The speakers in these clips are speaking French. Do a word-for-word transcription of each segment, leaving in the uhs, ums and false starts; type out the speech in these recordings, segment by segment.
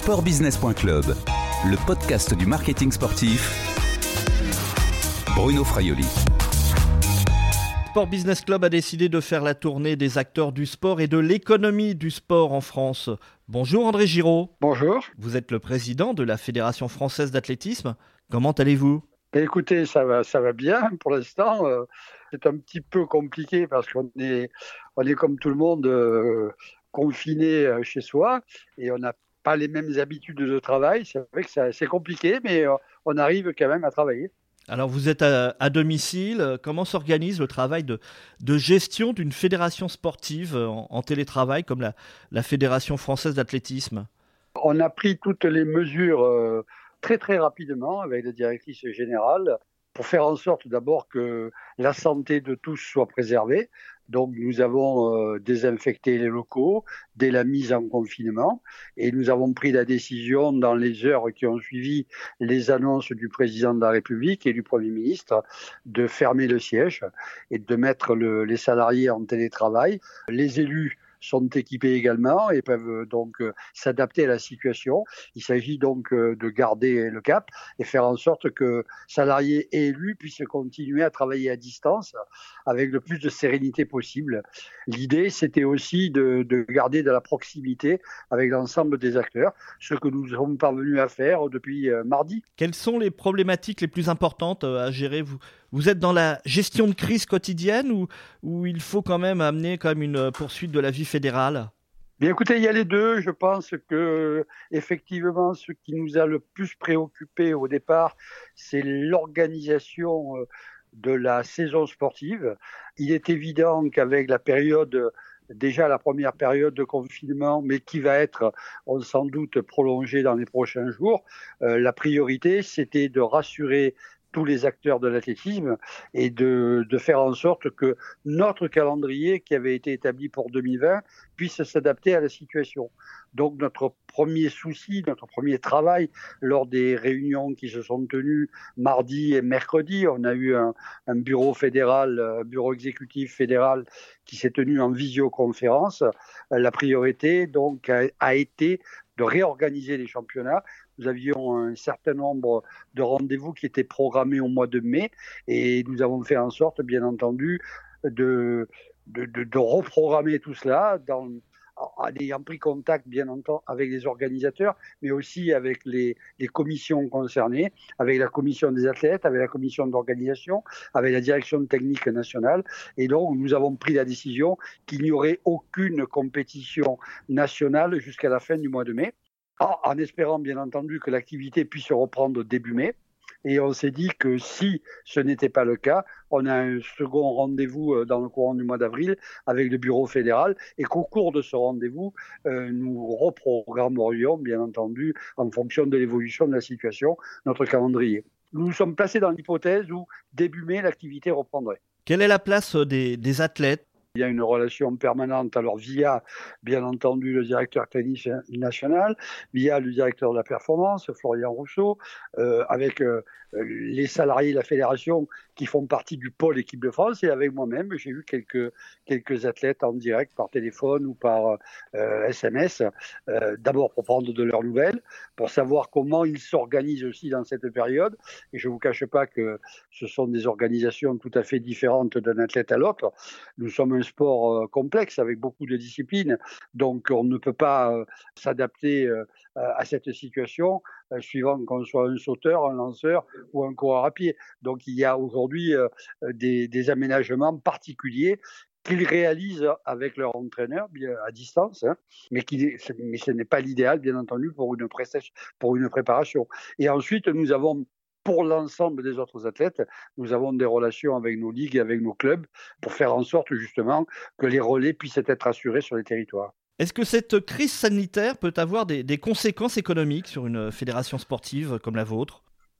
sport business point club, le podcast du marketing sportif. Bruno Fraioli. Sport Business Club a décidé de faire la tournée des acteurs du sport et de l'économie du sport en France. Bonjour André Giraud. Bonjour. Vous êtes le président de la Fédération française d'athlétisme. Comment allez-vous ? Écoutez, ça va, ça va bien pour l'instant. Euh, c'est un petit peu compliqué parce qu'on est, on est comme tout le monde euh, confiné euh, chez soi et on n'a pas les mêmes habitudes de travail. C'est vrai que ça, c'est compliqué, mais euh, on arrive quand même à travailler. Alors vous êtes à, à domicile. Comment s'organise le travail de, de gestion d'une fédération sportive en, en télétravail comme la, la Fédération française d'athlétisme ? On a pris toutes les mesures euh, très très rapidement avec la directrice générale pour faire en sorte d'abord que la santé de tous soit préservée. Donc nous avons euh, désinfecté les locaux dès la mise en confinement et nous avons pris la décision dans les heures qui ont suivi les annonces du président de la République et du Premier ministre de fermer le siège et de mettre le, les salariés en télétravail. Les élus sont équipés également et peuvent donc euh, s'adapter à la situation. Il s'agit donc euh, de garder le cap et faire en sorte que salariés et élus puissent continuer à travailler à distance avec le plus de sérénité possible. L'idée, c'était aussi de, de garder de la proximité avec l'ensemble des acteurs, ce que nous sommes parvenus à faire depuis euh, mardi. Quelles sont les problématiques les plus importantes à gérer ? Vous, vous êtes dans la gestion de crise quotidienne ou, ou il faut quand même amener comme une poursuite de la vie fédérale ? Bien, écoutez, il y a les deux. Je pense que effectivement, ce qui nous a le plus préoccupé au départ, c'est l'organisation de la saison sportive. Il est évident qu'avec la période, déjà la première période de confinement, mais qui va être, on sans doute, prolongée dans les prochains jours, euh, la priorité, c'était de rassurer tous les acteurs de l'athlétisme et de, de faire en sorte que notre calendrier qui avait été établi pour deux mille vingt puisse s'adapter à la situation. Donc notre premier souci, notre premier travail lors des réunions qui se sont tenues mardi et mercredi, on a eu un, un bureau fédéral, un bureau exécutif fédéral qui s'est tenu en visioconférence. La priorité donc a, a été de réorganiser les championnats. Nous avions un certain nombre de rendez-vous qui étaient programmés au mois de mai et nous avons fait en sorte, bien entendu, de, de, de, de reprogrammer tout cela dans, en ayant pris contact, bien entendu, avec les organisateurs, mais aussi avec les, les commissions concernées, avec la commission des athlètes, avec la commission d'organisation, avec la direction technique nationale. Et donc, nous avons pris la décision qu'il n'y aurait aucune compétition nationale jusqu'à la fin du mois de mai, en espérant bien entendu que l'activité puisse reprendre début mai. Et on s'est dit que si ce n'était pas le cas, on a un second rendez-vous dans le courant du mois d'avril avec le bureau fédéral et qu'au cours de ce rendez-vous, euh, nous reprogrammerions bien entendu en fonction de l'évolution de la situation notre calendrier. Nous nous sommes placés dans l'hypothèse où début mai, l'activité reprendrait. Quelle est la place des, des athlètes ? Il y a une relation permanente, alors via, bien entendu, le directeur technique national, via le directeur de la performance, Florian Rousseau, euh, avec euh, les salariés de la fédération qui font partie du pôle équipe de France, et avec moi-même, j'ai eu quelques, quelques athlètes en direct par téléphone ou par euh, S M S, euh, d'abord pour prendre de leurs nouvelles, pour savoir comment ils s'organisent aussi dans cette période, et je ne vous cache pas que ce sont des organisations tout à fait différentes d'un athlète à l'autre. Nous sommes un sport euh, complexe avec beaucoup de disciplines, donc on ne peut pas euh, s'adapter euh, à cette situation euh, suivant qu'on soit un sauteur, un lanceur ou un coureur à pied. Donc il y a aujourd'hui euh, des, des aménagements particuliers qu'ils réalisent avec leur entraîneur bien à distance, hein, mais, qui, mais ce n'est pas l'idéal bien entendu pour une prestation, pour une préparation. Et ensuite nous avons pour l'ensemble des autres athlètes, nous avons des relations avec nos ligues et avec nos clubs pour faire en sorte justement que les relais puissent être assurés sur les territoires. Est-ce que cette crise sanitaire peut avoir des, des conséquences économiques sur une fédération sportive comme la vôtre ?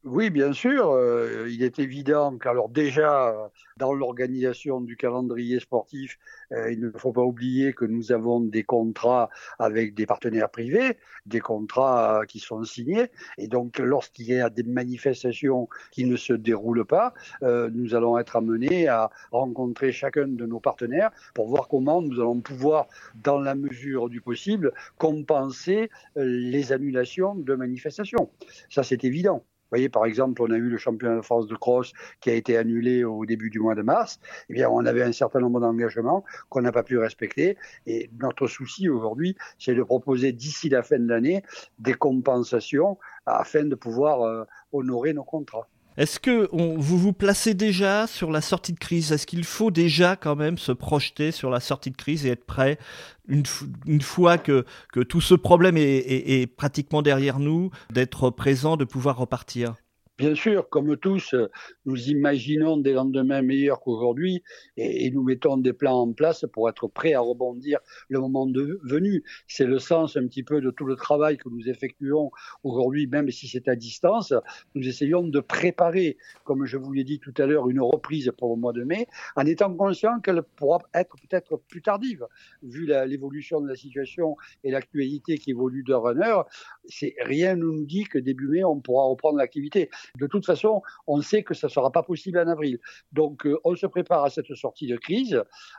Oui, bien sûr. Euh, il est évident qu'alors déjà, euh, dans l'organisation du calendrier sportif, euh, il ne faut pas oublier que nous avons des contrats avec des partenaires privés, des contrats euh, qui sont signés. Et donc, lorsqu'il y a des manifestations qui ne se déroulent pas, euh, nous allons être amenés à rencontrer chacun de nos partenaires pour voir comment nous allons pouvoir, dans la mesure du possible, compenser euh, les annulations de manifestations. Ça, c'est évident. Vous voyez, par exemple, on a eu le championnat de France de cross qui a été annulé au début du mois de mars. Eh bien, on avait un certain nombre d'engagements qu'on n'a pas pu respecter. Et notre souci aujourd'hui, c'est de proposer d'ici la fin de l'année des compensations afin de pouvoir euh, honorer nos contrats. Est-ce que on, vous vous placez déjà sur la sortie de crise ? Est-ce qu'il faut déjà quand même se projeter sur la sortie de crise et être prêt une, une fois que, que tout ce problème est, est, est pratiquement derrière nous, d'être présent, de pouvoir repartir ? Bien sûr, comme tous, nous imaginons des lendemains meilleurs qu'aujourd'hui et, et nous mettons des plans en place pour être prêts à rebondir le moment de, venu. C'est le sens un petit peu de tout le travail que nous effectuons aujourd'hui, même si c'est à distance. Nous essayons de préparer, comme je vous l'ai dit tout à l'heure, une reprise pour le mois de mai, en étant conscient qu'elle pourra être peut-être plus tardive, vu la, l'évolution de la situation et l'actualité qui évolue d'heure en heure. C'est, rien ne nous dit que début mai, on pourra reprendre l'activité. De toute façon, on sait que ça ne sera pas possible en avril. Donc, euh, on se prépare à cette sortie de crise,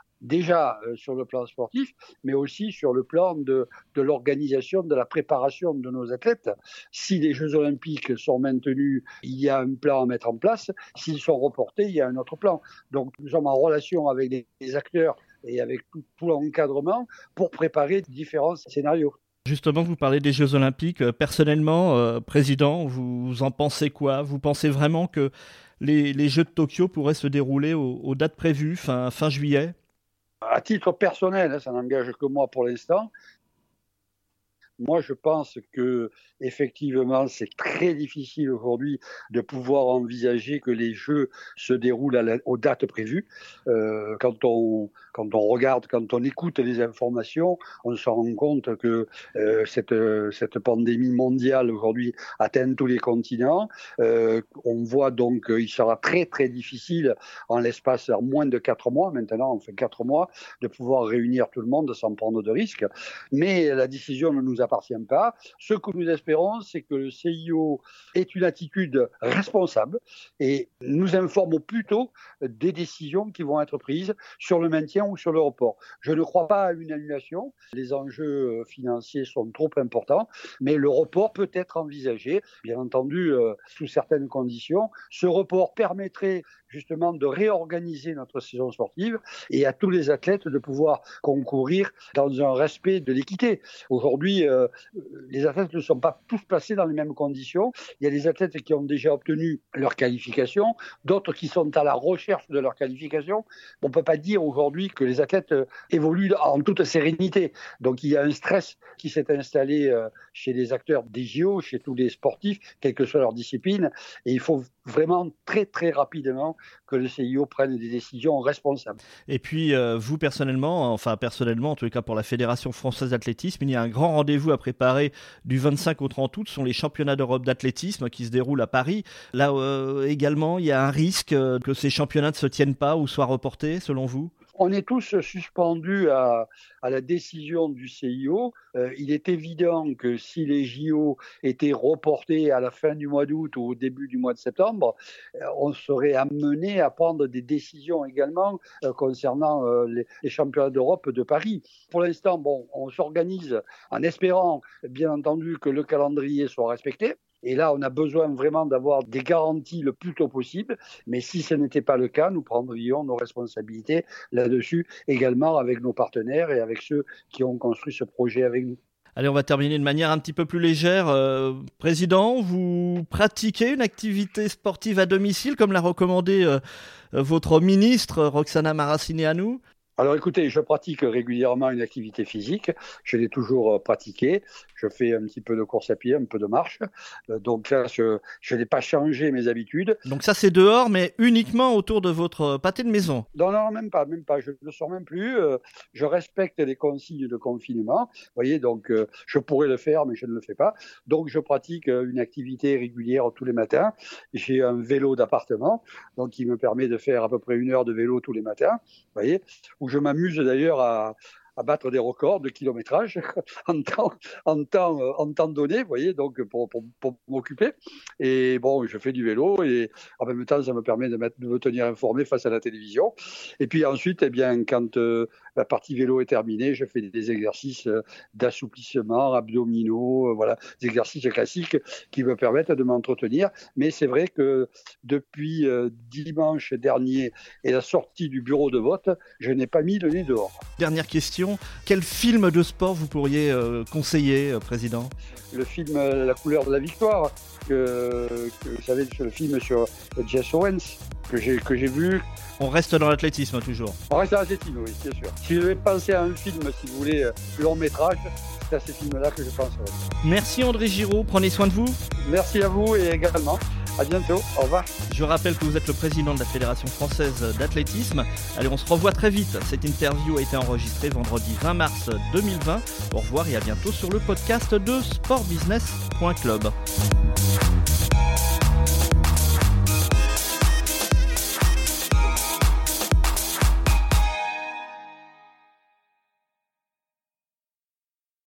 déjà euh, sur le plan sportif, mais aussi sur le plan de, de l'organisation, de la préparation de nos athlètes. Si les Jeux Olympiques sont maintenus, il y a un plan à mettre en place. S'ils sont reportés, il y a un autre plan. Donc, nous sommes en relation avec les, les acteurs et avec tout, tout l'encadrement pour préparer différents scénarios. Justement, vous parlez des Jeux Olympiques. Personnellement, euh, Président, vous, vous en pensez quoi ? Vous pensez vraiment que les, les Jeux de Tokyo pourraient se dérouler aux, aux dates prévues, fin, fin juillet ? À titre personnel, ça n'engage que moi pour l'instant. Moi, je pense que effectivement, c'est très difficile aujourd'hui de pouvoir envisager que les Jeux se déroulent à la, aux dates prévues. Euh, quand on quand on regarde, quand on écoute les informations, on se rend compte que euh, cette cette pandémie mondiale aujourd'hui atteint tous les continents. Euh, on voit donc qu'il sera très très difficile en l'espace en moins de quatre mois maintenant, enfin quatre mois, de pouvoir réunir tout le monde sans prendre de risques. Mais la décision ne nous appartient pas. Ce que nous espérons, c'est que le C I O ait une attitude responsable et nous informe au plus tôt des décisions qui vont être prises sur le maintien ou sur le report. Je ne crois pas à une annulation. Les enjeux financiers sont trop importants, mais le report peut être envisagé, bien entendu, euh, sous certaines conditions. Ce report permettrait justement de réorganiser notre saison sportive et à tous les athlètes de pouvoir concourir dans un respect de l'équité. Aujourd'hui, euh, les athlètes ne sont pas tous placés dans les mêmes conditions. Il y a des athlètes qui ont déjà obtenu leur qualification, d'autres qui sont à la recherche de leur qualification. On ne peut pas dire aujourd'hui que les athlètes évoluent en toute sérénité. Donc il y a un stress qui s'est installé chez les acteurs des J O, chez tous les sportifs, quelle que soit leur discipline. Et il faut vraiment très très rapidement que le C I O prenne des décisions responsables. Et puis euh, vous personnellement, enfin personnellement en tous les cas pour la Fédération française d'athlétisme, il y a un grand rendez-vous à préparer du vingt-cinq au trente août, ce sont les championnats d'Europe d'athlétisme qui se déroulent à Paris. Là euh, également, il y a un risque euh, que ces championnats ne se tiennent pas ou soient reportés selon vous ? On est tous suspendus à, à la décision du C I O. Euh, il est évident que si les J O étaient reportés à la fin du mois d'août ou au début du mois de septembre, euh, on serait amené à prendre des décisions également euh, concernant euh, les, les championnats d'Europe de Paris. Pour l'instant, bon, on s'organise en espérant, bien entendu, que le calendrier soit respecté. Et là, on a besoin vraiment d'avoir des garanties le plus tôt possible. Mais si ce n'était pas le cas, nous prendrions nos responsabilités là-dessus également avec nos partenaires et avec ceux qui ont construit ce projet avec nous. Allez, on va terminer de manière un petit peu plus légère. Euh, Président, vous pratiquez une activité sportive à domicile, comme l'a recommandé euh, votre ministre Roxana Maracineanu ? Alors écoutez, je pratique régulièrement une activité physique, je l'ai toujours pratiquée, je fais un petit peu de course à pied, un peu de marche, donc là je, je n'ai pas changé mes habitudes. Donc ça c'est dehors, mais uniquement autour de votre pâté de maison? Non, non, même pas, même pas, je ne sors même plus, je respecte les consignes de confinement, vous voyez, donc je pourrais le faire mais je ne le fais pas, donc je pratique une activité régulière tous les matins, j'ai un vélo d'appartement, donc qui me permet de faire à peu près une heure de vélo tous les matins, vous voyez, où je m'amuse d'ailleurs à, à battre des records de kilométrage en temps, en temps, en temps donné, vous voyez, donc pour, pour, pour m'occuper. Et bon, je fais du vélo et en même temps, ça me permet de, mettre, de me tenir informé face à la télévision. Et puis ensuite, eh bien, quand euh, la partie vélo est terminée, je fais des exercices d'assouplissement, abdominaux, euh, voilà, des exercices classiques qui me permettent de m'entretenir. Mais c'est vrai que depuis euh, dimanche dernier et la sortie du bureau de vote, je n'ai pas mis le nez dehors. Dernière question, quel film de sport vous pourriez euh, conseiller, euh, Président ? Le film euh, La couleur de la victoire, que, que vous savez, le film sur Jesse Owens, que j'ai, que j'ai vu. On reste dans l'athlétisme toujours. On reste dans l'athlétisme, oui, bien sûr. Si je devais penser à un film, si vous voulez, long métrage, c'est à ces films-là que je penserais. Merci André Giraud, prenez soin de vous. Merci à vous et également. À bientôt, au revoir. Je rappelle que vous êtes le président de la Fédération française d'athlétisme. Allez, on se revoit très vite. Cette interview a été enregistrée vendredi vingt mars deux mille vingt. Au revoir et à bientôt sur le podcast de sport business point club.